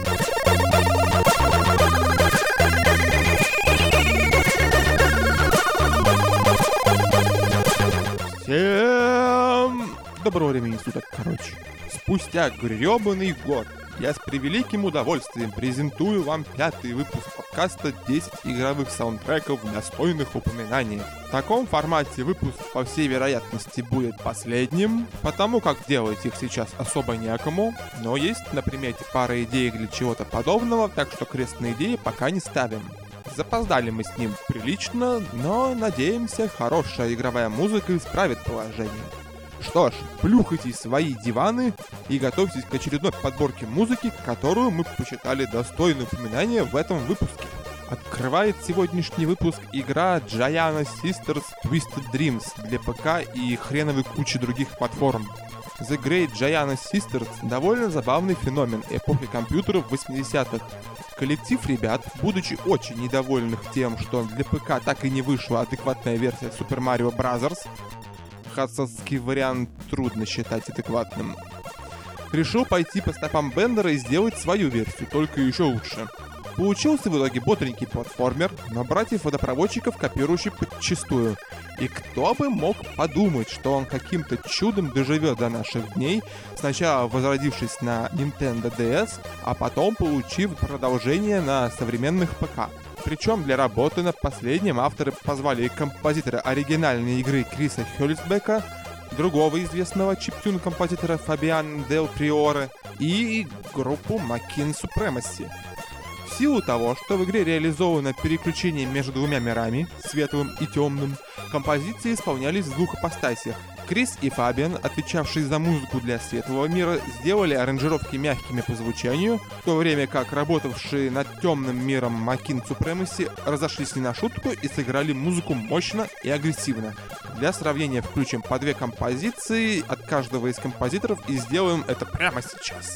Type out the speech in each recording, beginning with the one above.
Всем доброго времени суток, короче. Спустя гребаный год я с превеликим удовольствием презентую вам 5-й выпуск подкаста «10 игровых саундтреков, достойных упоминания». В таком формате выпуск, по всей вероятности, будет последним, потому как делать их сейчас особо некому, но есть на примете пара идей для чего-то подобного, так что крест на идеи пока не ставим. Запоздали мы с ним прилично, но, надеемся, хорошая игровая музыка исправит положение. Что ж, плюхайтесь в свои диваны и готовьтесь к очередной подборке музыки, которую мы посчитали достойной упоминания в этом выпуске. Открывает сегодняшний выпуск игра Giana Sisters Twisted Dreams для ПК и хреновой кучи других платформ. The Great Giana Sisters — довольно забавный феномен эпохи компьютеров 80-х. Коллектив ребят, будучи очень недовольных тем, что для ПК так и не вышла адекватная версия Super Mario Bros., хасовский вариант трудно считать адекватным, решил пойти по стопам Бендера и сделать свою версию, только еще лучше. Получился в итоге бодренький платформер, но братьев-водопроводчиков копирующий подчистую. И кто бы мог подумать, что он каким-то чудом доживет до наших дней, сначала возродившись на Nintendo DS, а потом получив продолжение на современных ПК. Причем для работы над последним авторы позвали композитора оригинальной игры Криса Хёльцбека, другого известного чиптюн-композитора Фабиан Дель Приоре и группу Machine Supremacy. В силу того, что в игре реализовано переключение между двумя мирами, светлым и темным, композиции исполнялись в двух ипостасях. Крис и Фабиан, отвечавшие за музыку для светлого мира, сделали аранжировки мягкими по звучанию, в то время как работавшие над темным миром Machine Supremacy разошлись не на шутку и сыграли музыку мощно и агрессивно. Для сравнения включим по 2 композиции от каждого из композиторов и сделаем это прямо сейчас.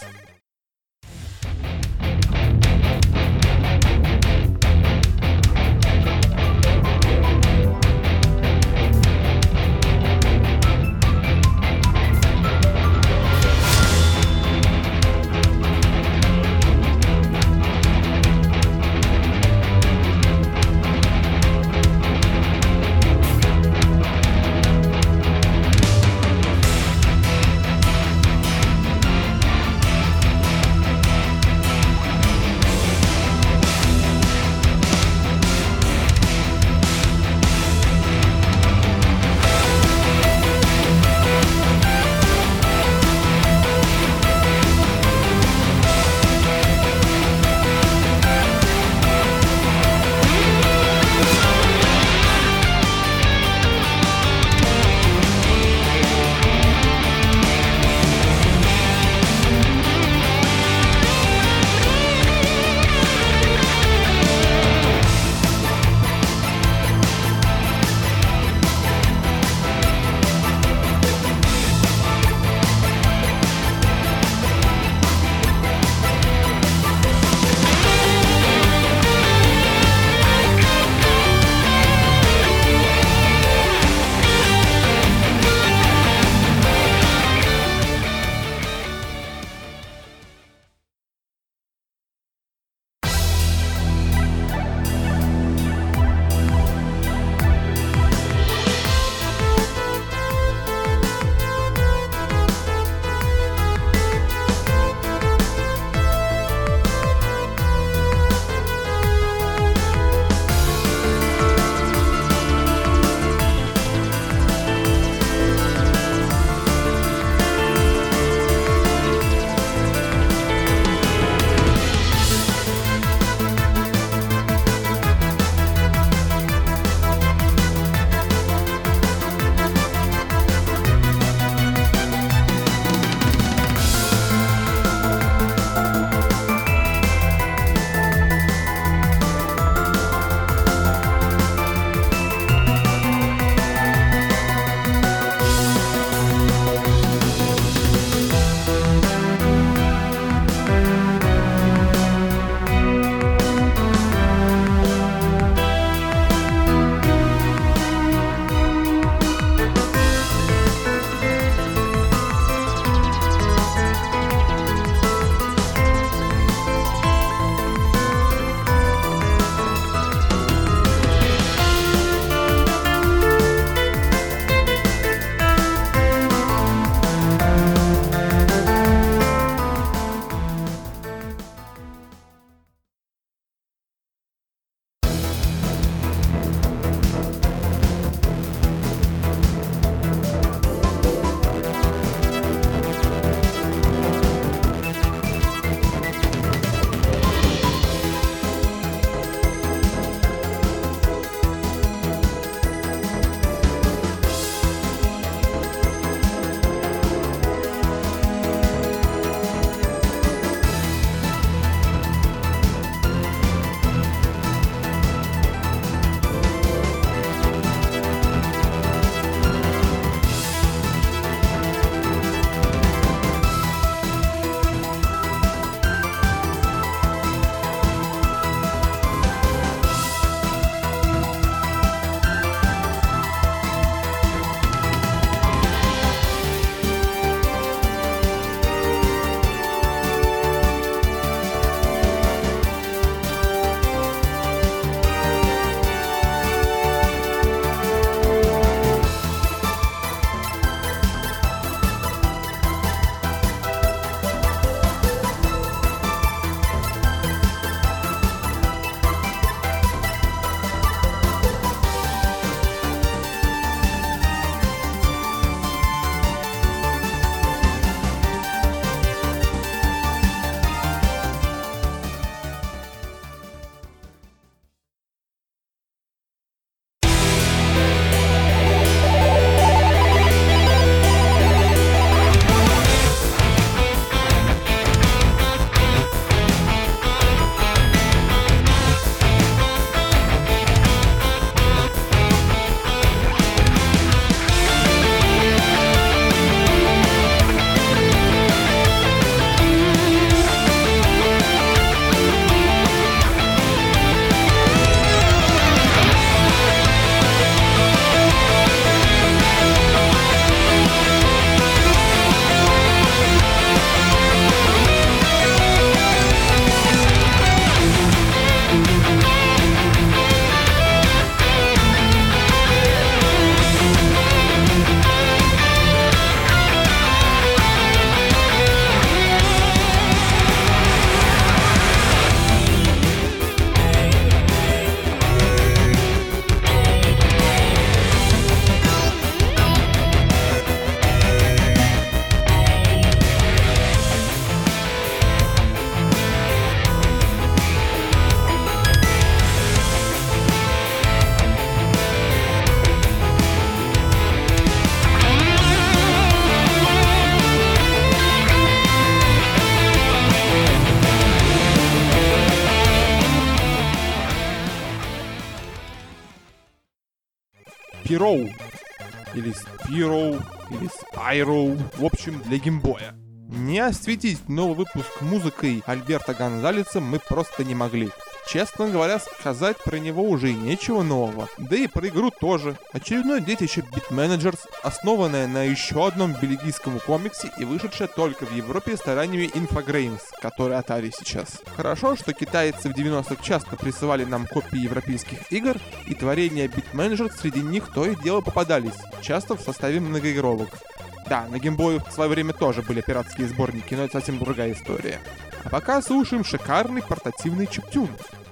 Spyro, или Spyro, или Spyro, в общем, для геймбоя. Не осветить новый выпуск музыкой Альберто Гонзалеса мы просто не могли. Честно говоря, сказать про него уже и нечего нового. Да и про игру тоже. Очередное детище Beat Managers, основанное на еще одном бельгийском комиксе и вышедшее только в Европе стараниями Infogrames, который Atari сейчас. Хорошо, что китайцы в 90-х часто присылали нам копии европейских игр, и творения Beat Managers среди них то и дело попадались, часто в составе многоигровок. Да, на геймбою в свое время тоже были пиратские сборники, но это совсем другая история. А пока слушаем шикарный портативный чиптюн.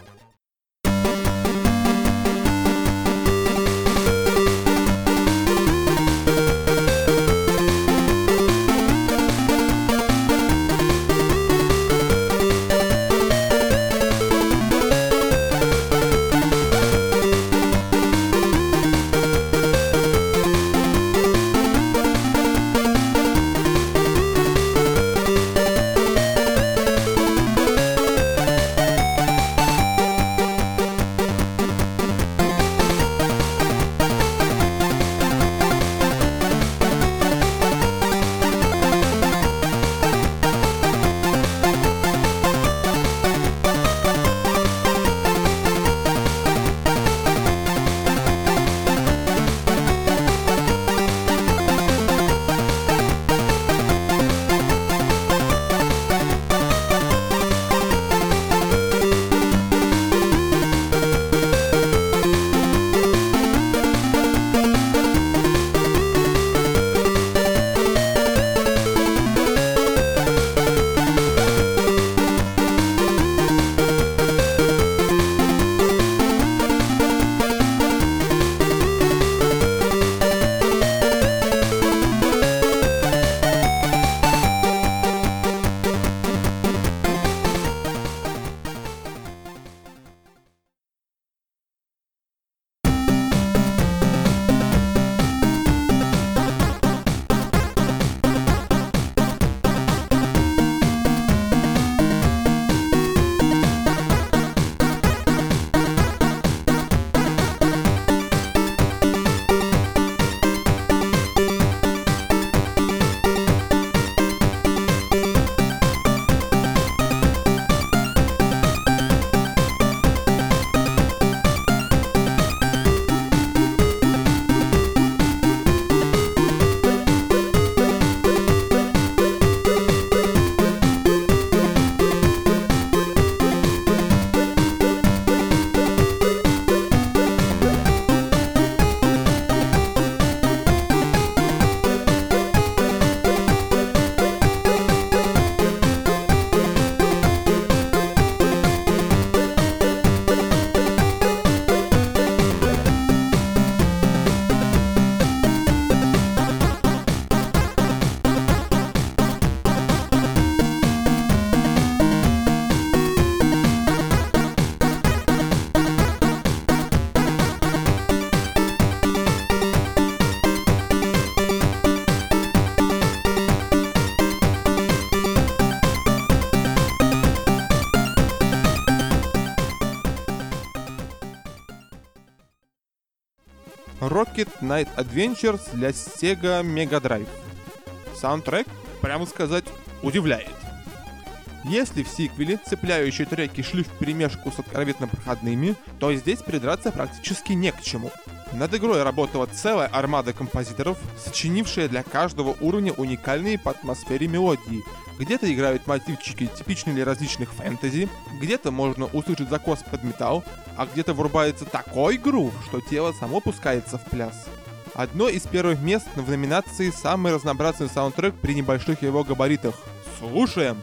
Rocket Knight Adventures для Sega Mega Drive. Саундтрек, прямо сказать, удивляет. Если в сиквеле цепляющие треки шли вперемешку с откровенно проходными, то здесь придраться практически не к чему. Над игрой работала целая армада композиторов, сочинившая для каждого уровня уникальные по атмосфере мелодии. Где-то играют мотивчики, типичные для различных фэнтези, где-то можно услышать закос под металл, а где-то врубается такой грув, что тело само пускается в пляс. Одно из первых мест в номинации «Самый разнообразный саундтрек при небольших его габаритах». Слушаем!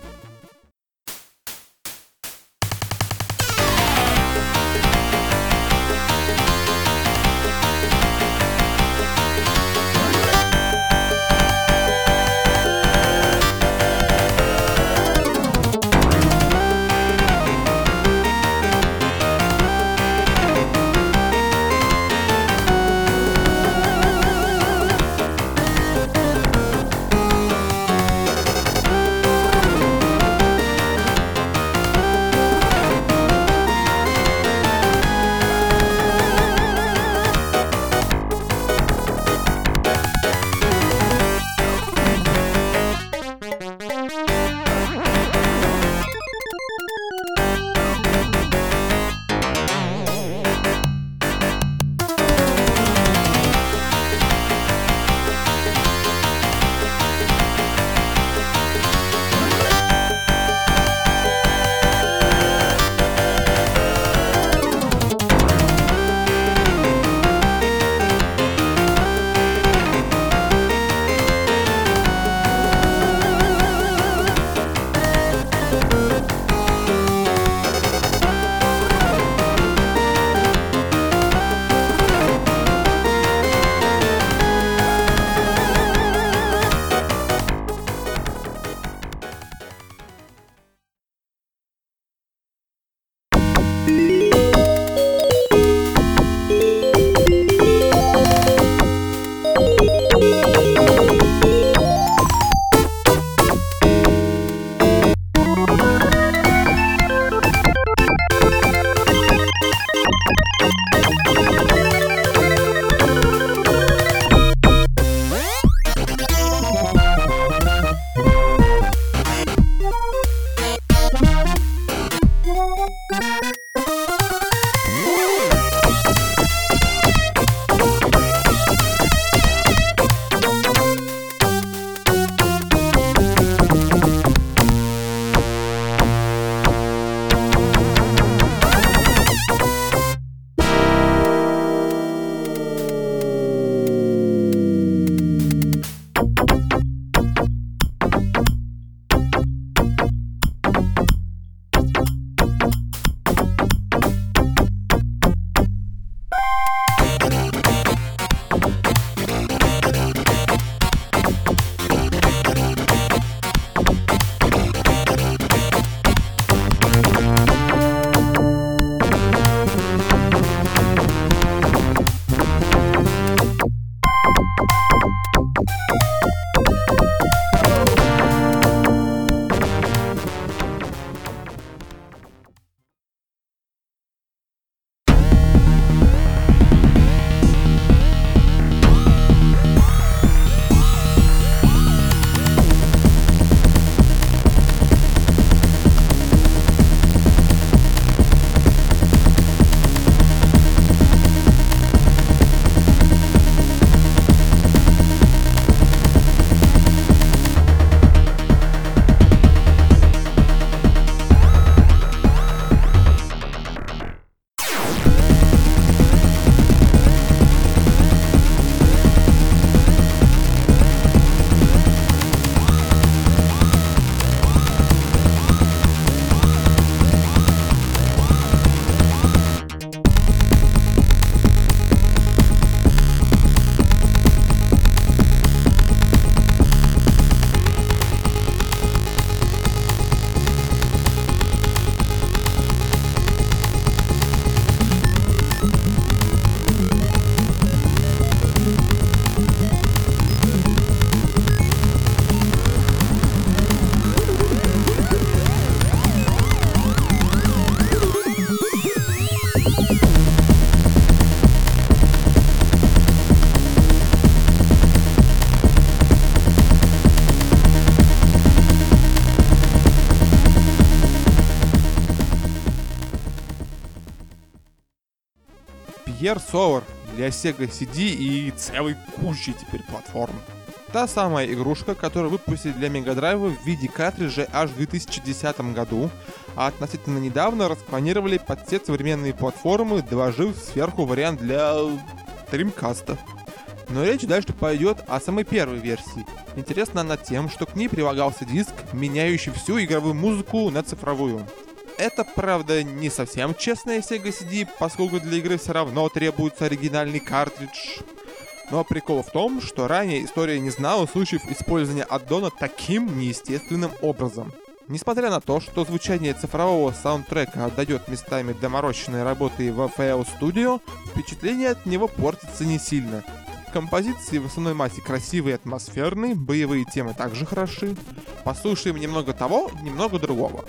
Gear Sour для Sega CD и целой кучи теперь платформ. Та самая игрушка, которую выпустили для Mega Drive в виде картриджа аж в 2010 году, а относительно недавно расклонировали под все современные платформы, доложив сверху вариант для Dreamcast. Но речь дальше пойдет о самой первой версии. Интересна она тем, что к ней прилагался диск, меняющий всю игровую музыку на цифровую. Это, правда, не совсем честная Sega CD, поскольку для игры все равно требуется оригинальный картридж. Но прикол в том, что ранее история не знала случаев использования аддона таким неестественным образом. Несмотря на то, что звучание цифрового саундтрека отдает местами доморощенной работы в FL Studio, впечатление от него портится не сильно. Композиции в основной массе красивые и атмосферные, боевые темы также хороши. Послушаем немного того, немного другого.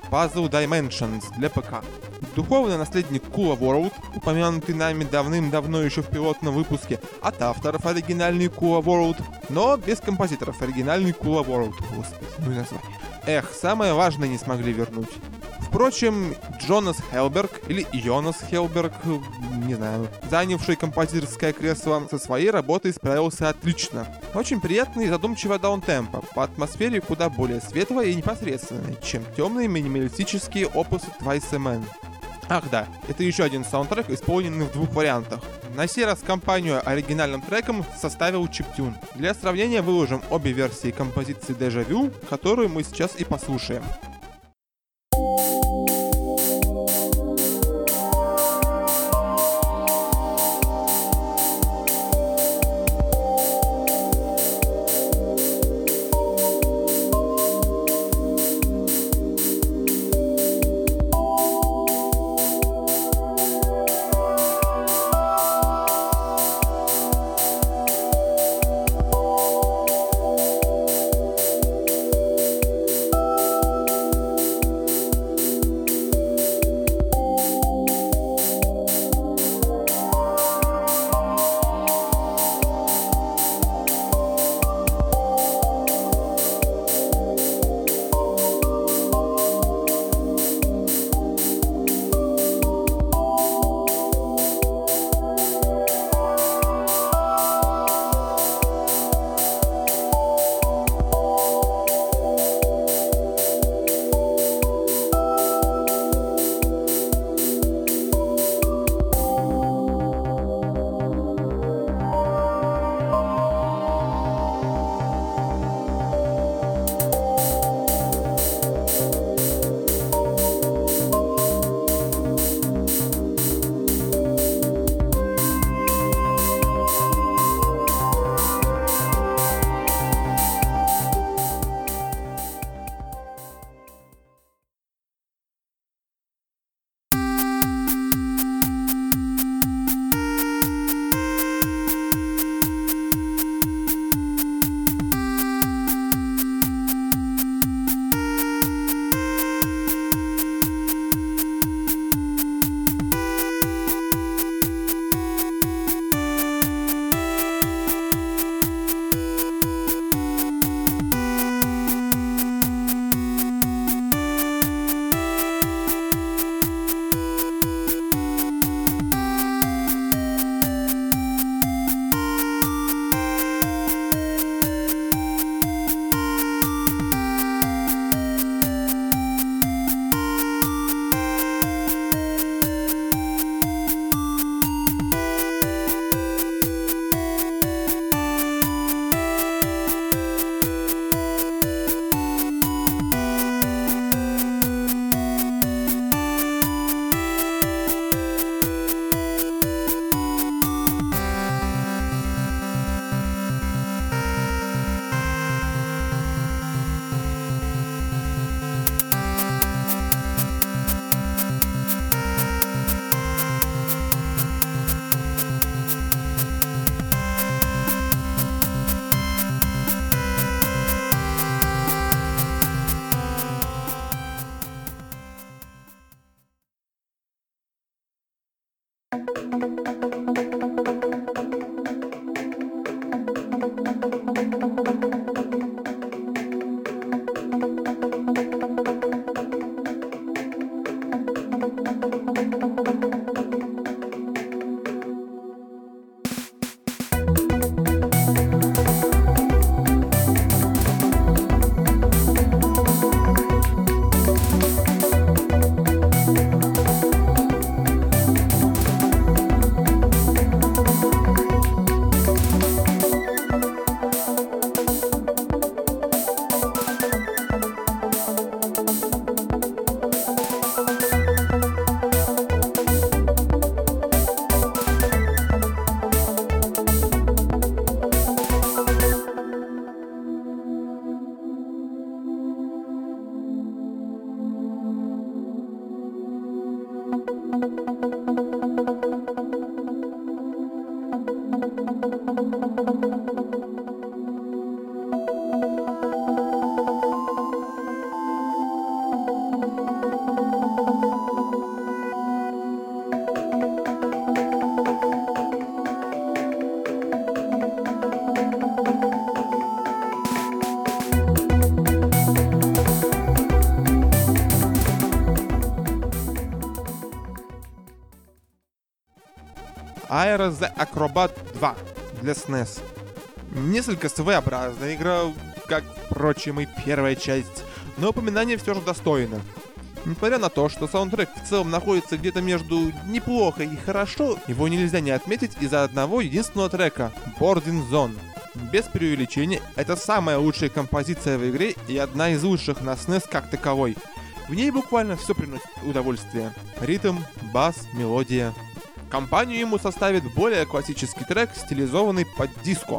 Puzzle Dimensions для ПК. Духовный наследник Cooler World, упомянутый нами давным-давно еще в пилотном выпуске, от авторов оригинальный Cooler World, но без композиторов оригинальный Cooler World. Господи, ну и название. Эх, самое важное не смогли вернуть. Впрочем, Джонас Хелберг, или Йонас Хелберг, не знаю, занявший композиторское кресло, со своей работой справился отлично. Очень приятный и задумчивый даунтемпо, по атмосфере куда более светлая и непосредственная, чем темные минималистические опусы Twice a Man. Ах да, это еще один саундтрек, исполненный в двух вариантах. На сей раз компанию оригинальным треком составил Чиптюн. Для сравнения выложим обе версии композиции Deja Vu, которую мы сейчас и послушаем. Aero the Acrobat 2 для SNES. Несколько своеобразная игра, как, впрочем, и первая часть, но упоминание все же достойно. Несмотря на то, что саундтрек в целом находится где-то между неплохо и хорошо, его нельзя не отметить из-за одного единственного трека — Boarding Zone. Без преувеличения, это самая лучшая композиция в игре и одна из лучших на SNES как таковой. В ней буквально все приносит удовольствие. Ритм, бас, мелодия. Компанию ему составит более классический трек, стилизованный под диско.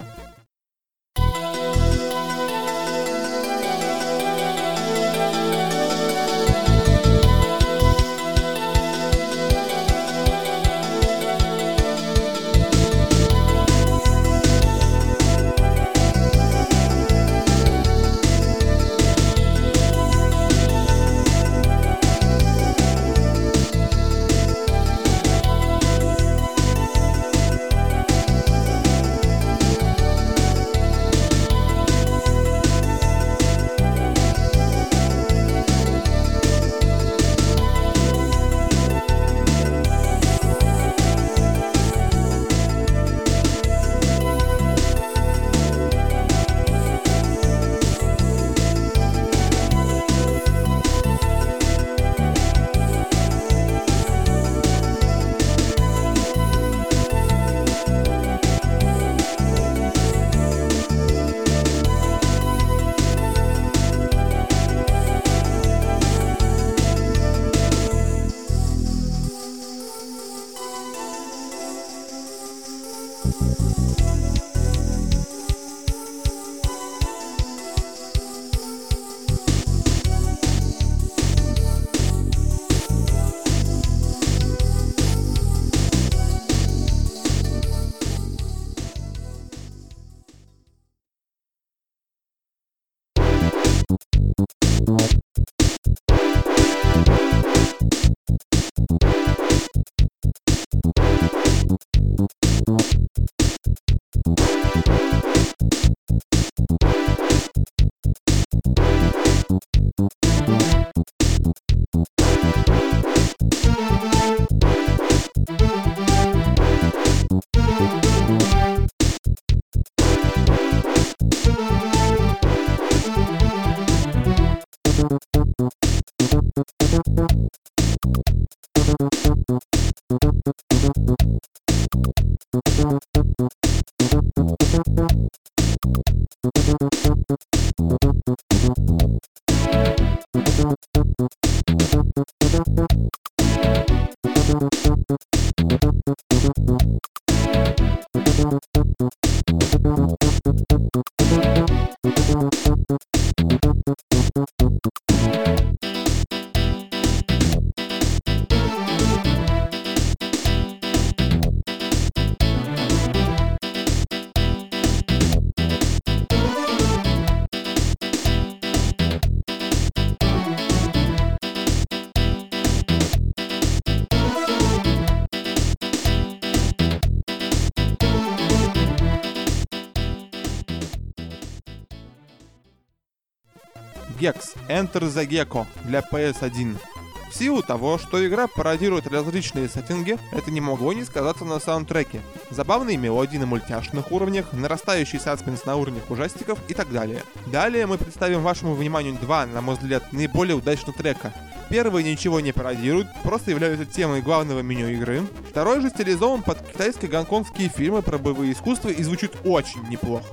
Gex Enter the Gecko для PS1. В силу того, что игра пародирует различные сеттинги, это не могло не сказаться на саундтреке. Забавные мелодии на мультяшных уровнях, нарастающий саспенс на уровнях ужастиков и так далее. Далее мы представим вашему вниманию два, на мой взгляд, наиболее удачных трека. Первый ничего не пародирует, просто являются темой главного меню игры. Второй же стилизован под китайско-гонконгские фильмы про боевые искусства и звучит очень неплохо.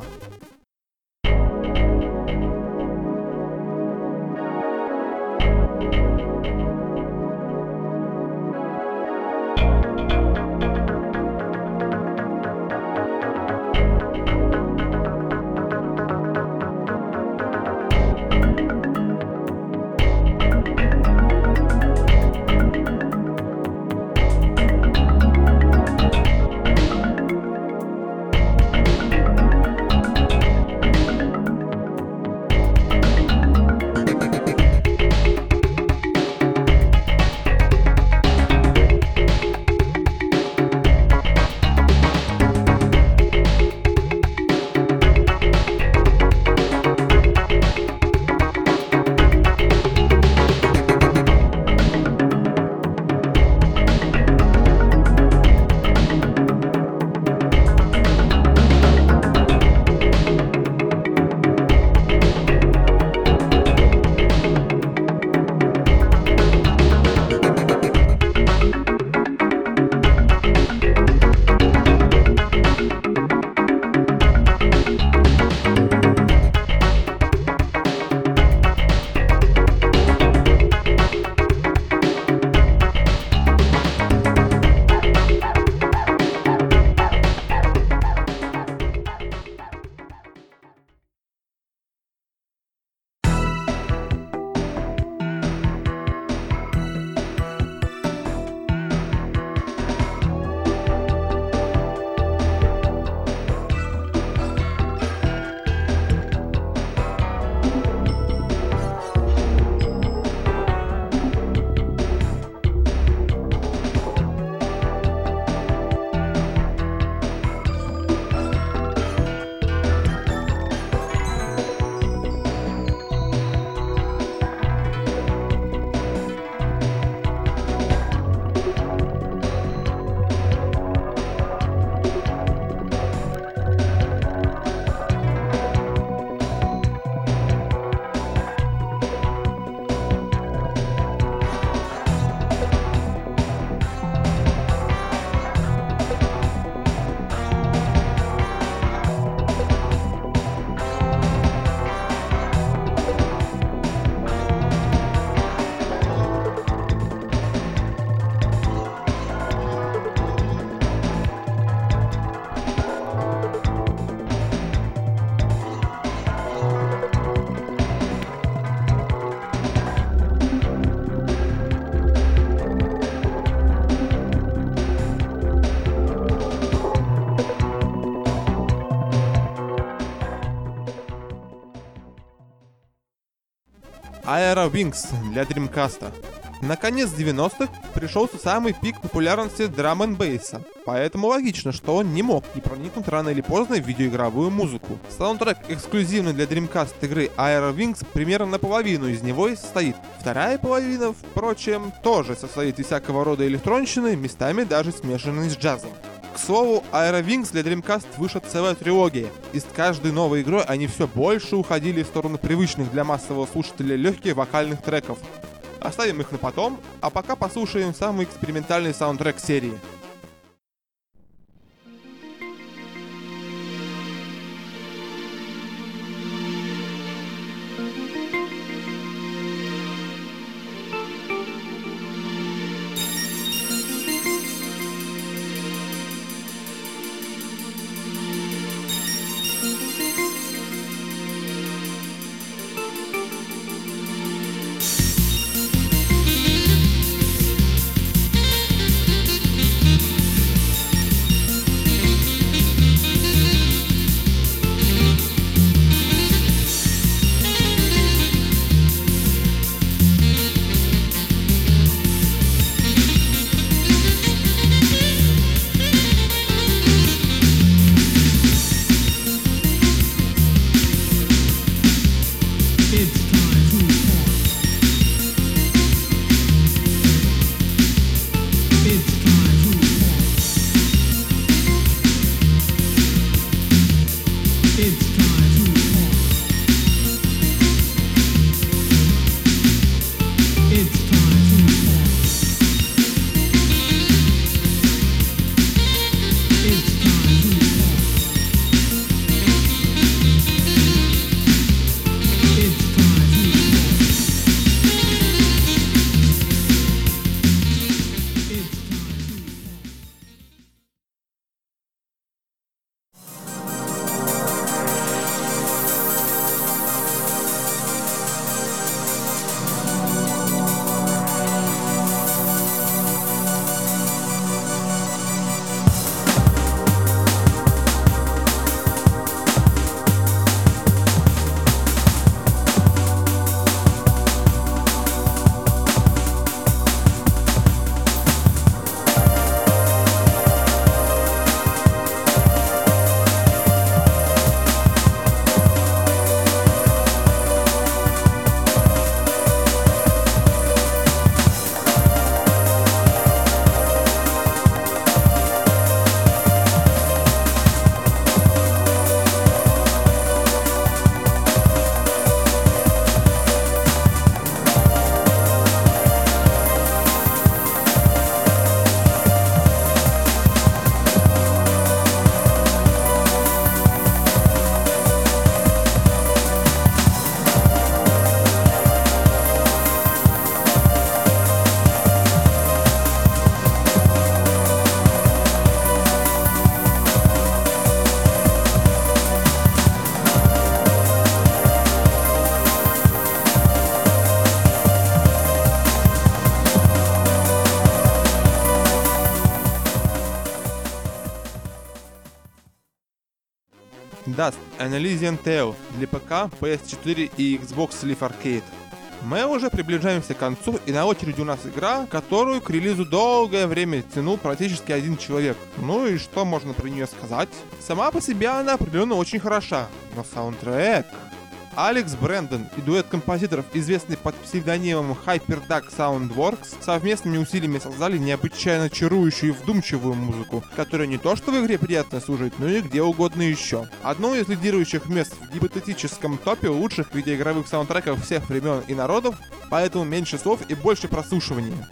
Aero Wings для Dreamcast. На конец 90-х пришелся самый пик популярности драм-н-бейса, поэтому логично, что он не мог не проникнуть рано или поздно в видеоигровую музыку. Саундтрек эксклюзивный для Dreamcast игры Aero Wings примерно наполовину из него и состоит. Вторая половина, впрочем, тоже состоит из всякого рода электронщины, местами даже смешанной с джазом. К слову, Aero Wings для Dreamcast вышла целая трилогия, и с каждой новой игрой они все больше уходили в сторону привычных для массового слушателя легких вокальных треков. Оставим их на потом, а пока послушаем самый экспериментальный саундтрек серии. Dust: An Elysian Tale для ПК, PS4 и Xbox Live Arcade. Мы уже приближаемся к концу, и на очереди у нас игра, которую к релизу долгое время тянул практически один человек. Ну и что можно про нее сказать? Сама по себе она определенно очень хороша, но саундтрек... Алекс Брэндон и дуэт композиторов, известный под псевдонимом Hyperduck Soundworks, совместными усилиями создали необычайно чарующую и вдумчивую музыку, которая не то что в игре приятно слушать, но и где угодно еще. Одно из лидирующих мест в гипотетическом топе лучших видеоигровых саундтреков всех времен и народов, поэтому меньше слов и больше прослушивания.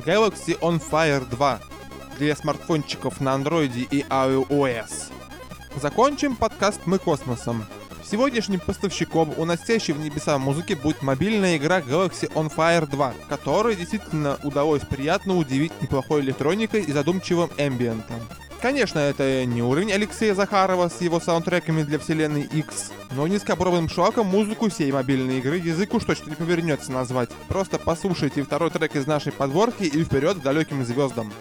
Galaxy On Fire 2 для смартфончиков на Android и iOS. Закончим подкаст мы космосом. Сегодняшним поставщиком уносящей в небеса музыки будет мобильная игра Galaxy On Fire 2, которой действительно удалось приятно удивить неплохой электроникой и задумчивым эмбиентом. Конечно, это не уровень Алексея Захарова с его саундтреками для вселенной X, но низкопробным шлаком музыку сей мобильной игры язык уж точно не повернется назвать. Просто послушайте второй трек из нашей подборки и вперед к далеким звездам.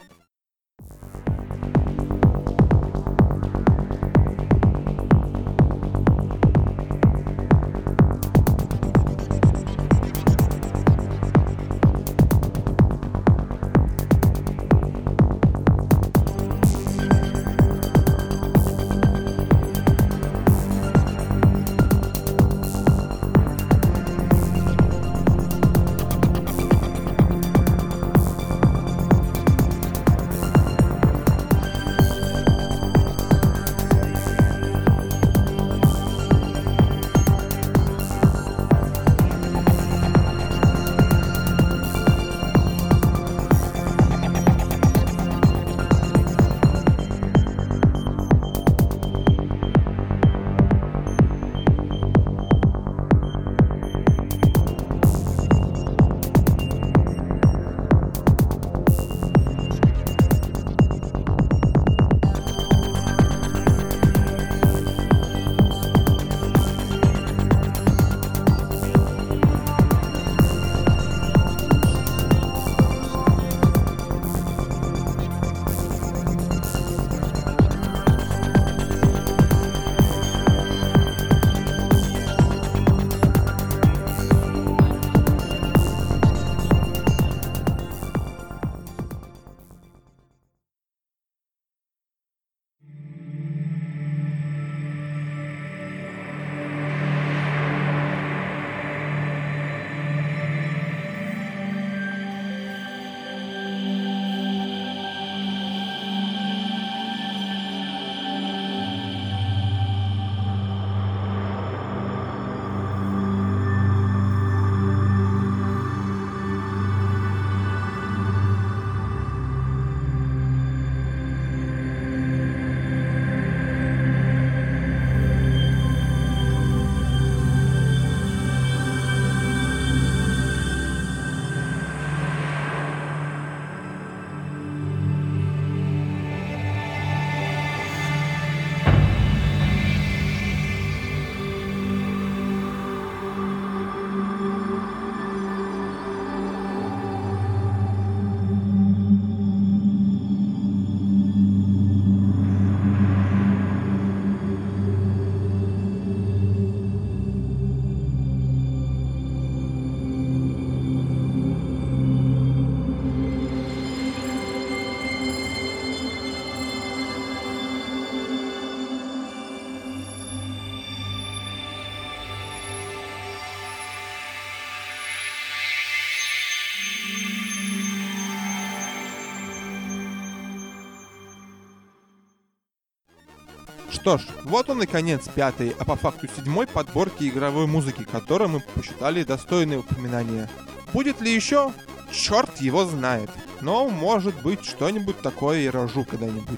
Что ж, вот он и конец пятой, а по факту седьмой подборки игровой музыки, которую мы посчитали достойные упоминания. Будет ли еще? Черт его знает. Но может быть что-нибудь такое и рожу когда-нибудь.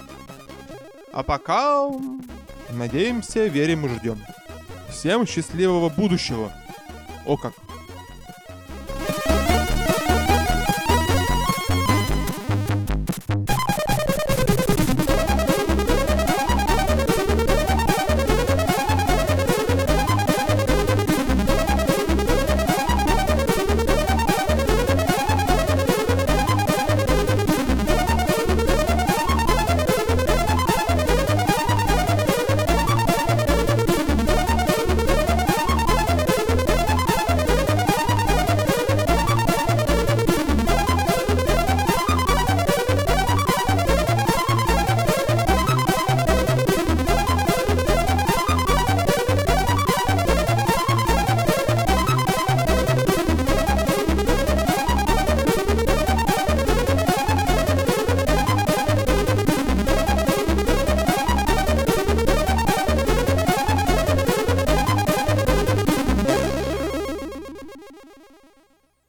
А пока... надеемся, верим и ждем. Всем счастливого будущего. О как!